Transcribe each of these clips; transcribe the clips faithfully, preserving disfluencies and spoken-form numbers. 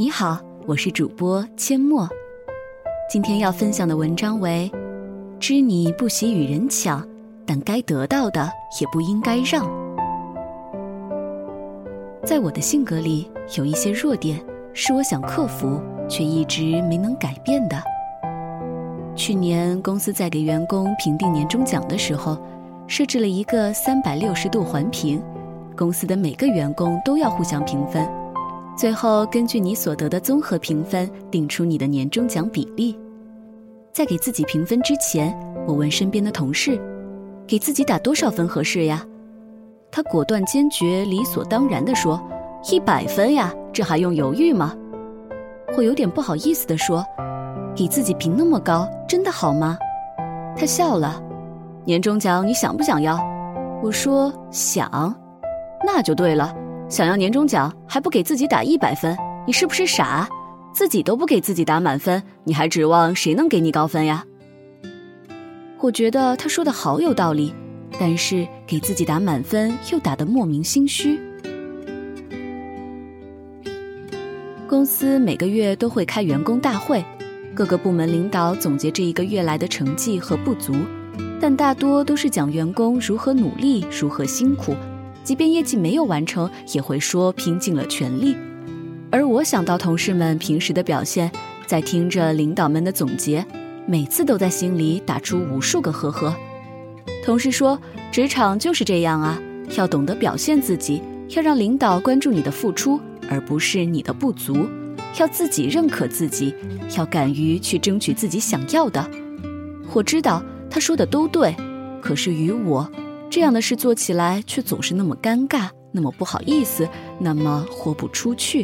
你好，我是主播阡陌。今天要分享的文章为知你不喜与人抢，但该得到的也不应该让。在我的性格里，有一些弱点是我想克服却一直没能改变的。去年公司在给员工评定年终奖的时候，设置了一个三百六十度环评，公司的每个员工都要互相评分，最后根据你所得的综合评分定出你的年终奖比例。在给自己评分之前，我问身边的同事，给自己打多少分合适呀？他果断坚决理所当然地说，一百分呀，这还用犹豫吗？我有点不好意思地说，给自己评那么高，真的好吗？他笑了，年终奖你想不想要？我说想。那就对了，想要年终奖还不给自己打一百分，你是不是傻？自己都不给自己打满分，你还指望谁能给你高分呀？我觉得他说的好有道理，但是给自己打满分又打得莫名心虚。公司每个月都会开员工大会，各个部门领导总结这一个月来的成绩和不足，但大多都是讲员工如何努力，如何辛苦，即便业绩没有完成，也会说拼尽了全力。而我想到同事们平时的表现，在听着领导们的总结，每次都在心里打出无数个呵呵。同事说，职场就是这样啊，要懂得表现自己，要让领导关注你的付出，而不是你的不足，要自己认可自己，要敢于去争取自己想要的。我知道他说的都对，可是于我，这样的事做起来却总是那么尴尬，那么不好意思，那么豁不出去。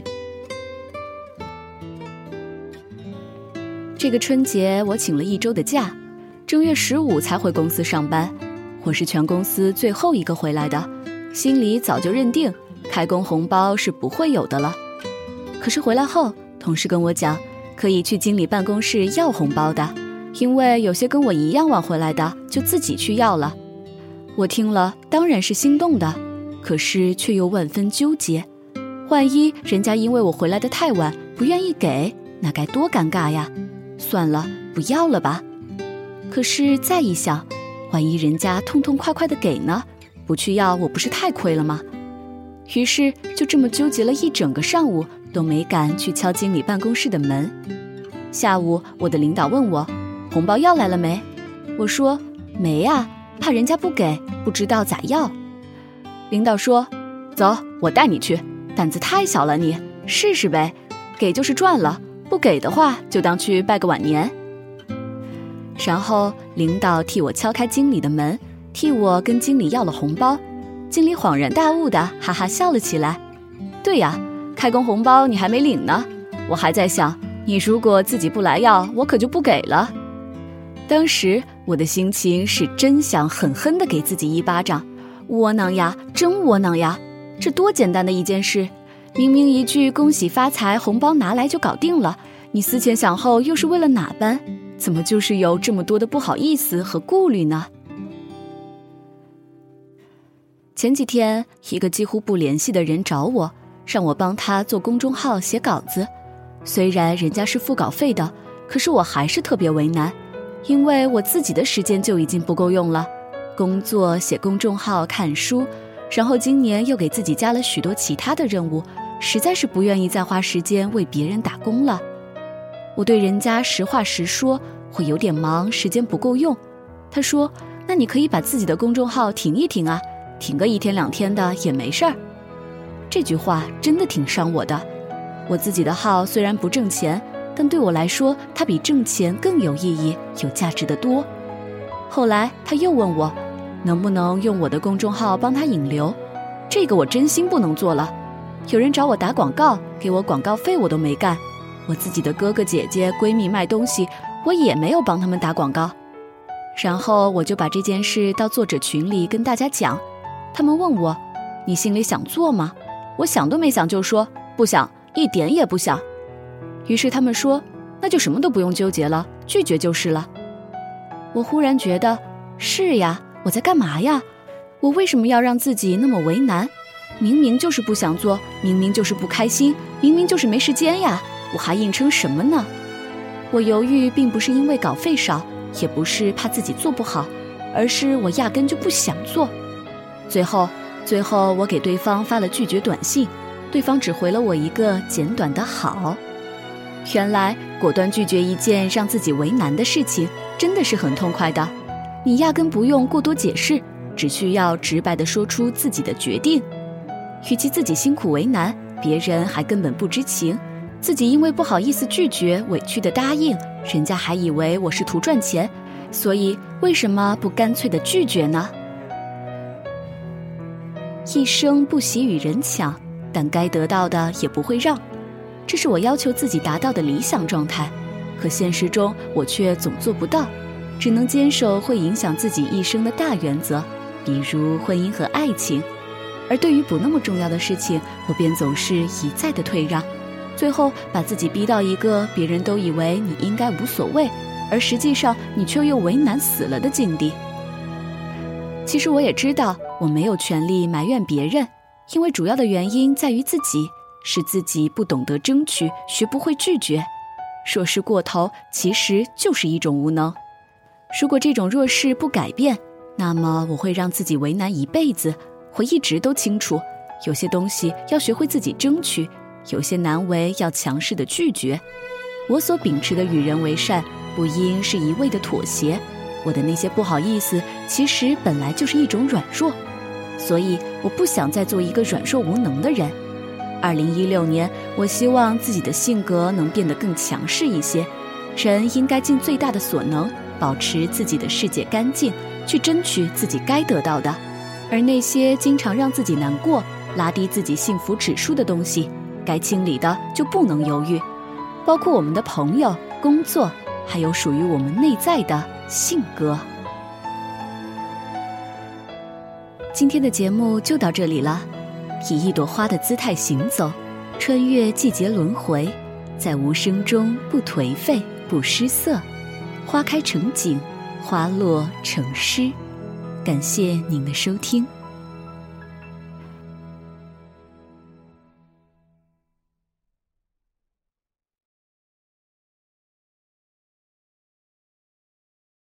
这个春节我请了一周的假，正月十五才回公司上班。我是全公司最后一个回来的，心里早就认定开工红包是不会有的了。可是回来后，同事跟我讲，可以去经理办公室要红包的，因为有些跟我一样晚回来的就自己去要了。我听了当然是心动的，可是却又万分纠结，万一人家因为我回来的太晚不愿意给，那该多尴尬呀。算了，不要了吧。可是再一想，万一人家痛痛快快的给呢，不去要我不是太亏了吗？于是就这么纠结了一整个上午，都没敢去敲经理办公室的门。下午我的领导问我，红包要来了没？我说没啊，怕人家不给，不知道咋要。领导说，走，我带你去，胆子太小了你，试试呗，给就是赚了，不给的话就当去拜个晚年。然后领导替我敲开经理的门，替我跟经理要了红包。经理恍然大悟的哈哈笑了起来，对呀，开工红包你还没领呢，我还在想，你如果自己不来要，我可就不给了。当时我的心情是真想狠狠地给自己一巴掌，窝囊呀，真窝囊呀，这多简单的一件事，明明一句恭喜发财，红包拿来就搞定了，你思前想后又是为了哪般？怎么就是有这么多的不好意思和顾虑呢？前几天，一个几乎不联系的人找我，让我帮他做公众号写稿子。虽然人家是付稿费的，可是我还是特别为难，因为我自己的时间就已经不够用了，工作、写公众号、看书，然后今年又给自己加了许多其他的任务，实在是不愿意再花时间为别人打工了。我对人家实话实说，我有点忙，时间不够用。他说，那你可以把自己的公众号停一停啊，停个一天两天的也没事儿。这句话真的挺伤我的。我自己的号虽然不挣钱，但对我来说，它比挣钱更有意义，有价值得多。后来他又问我，能不能用我的公众号帮他引流？这个我真心不能做了。有人找我打广告，给我广告费我都没干。我自己的哥哥姐姐闺蜜卖东西，我也没有帮他们打广告。然后我就把这件事到作者群里跟大家讲，他们问我，你心里想做吗？我想都没想就说不想，一点也不想。于是他们说，那就什么都不用纠结了，拒绝就是了。我忽然觉得，是呀，我在干嘛呀？我为什么要让自己那么为难？明明就是不想做，明明就是不开心， 明明就是没时间呀，我还硬撑什么呢？我犹豫并不是因为稿费少，也不是怕自己做不好，而是我压根就不想做。最后最后我给对方发了拒绝短信，对方只回了我一个简短的好。原来果断拒绝一件让自己为难的事情真的是很痛快的，你压根不用过多解释，只需要直白地说出自己的决定。与其自己辛苦为难，别人还根本不知情，自己因为不好意思拒绝委屈的答应，人家还以为我是图赚钱，所以为什么不干脆的拒绝呢？一生不喜与人抢，但该得到的也不会让，这是我要求自己达到的理想状态，可现实中我却总做不到，只能坚守会影响自己一生的大原则，比如婚姻和爱情。而对于不那么重要的事情，我便总是一再的退让，最后把自己逼到一个别人都以为你应该无所谓，而实际上你却又为难死了的境地。其实我也知道我没有权利埋怨别人，因为主要的原因在于自己，是自己不懂得争取，学不会拒绝。弱势过头其实就是一种无能。如果这种弱势不改变，那么我会让自己为难一辈子。我一直都清楚，有些东西要学会自己争取，有些难为要强势的拒绝。我所秉持的与人为善，不应是一味的妥协，我的那些不好意思其实本来就是一种软弱，所以我不想再做一个软弱无能的人。二零一六年，我希望自己的性格能变得更强势一些，人应该尽最大的所能，保持自己的世界干净，去争取自己该得到的。而那些经常让自己难过，拉低自己幸福指数的东西，该清理的就不能犹豫，包括我们的朋友、工作，还有属于我们内在的性格。今天的节目就到这里了，以一朵花的姿态行走，穿越季节轮回，在无声中不颓废不失色，花开成景，花落成诗。感谢您的收听。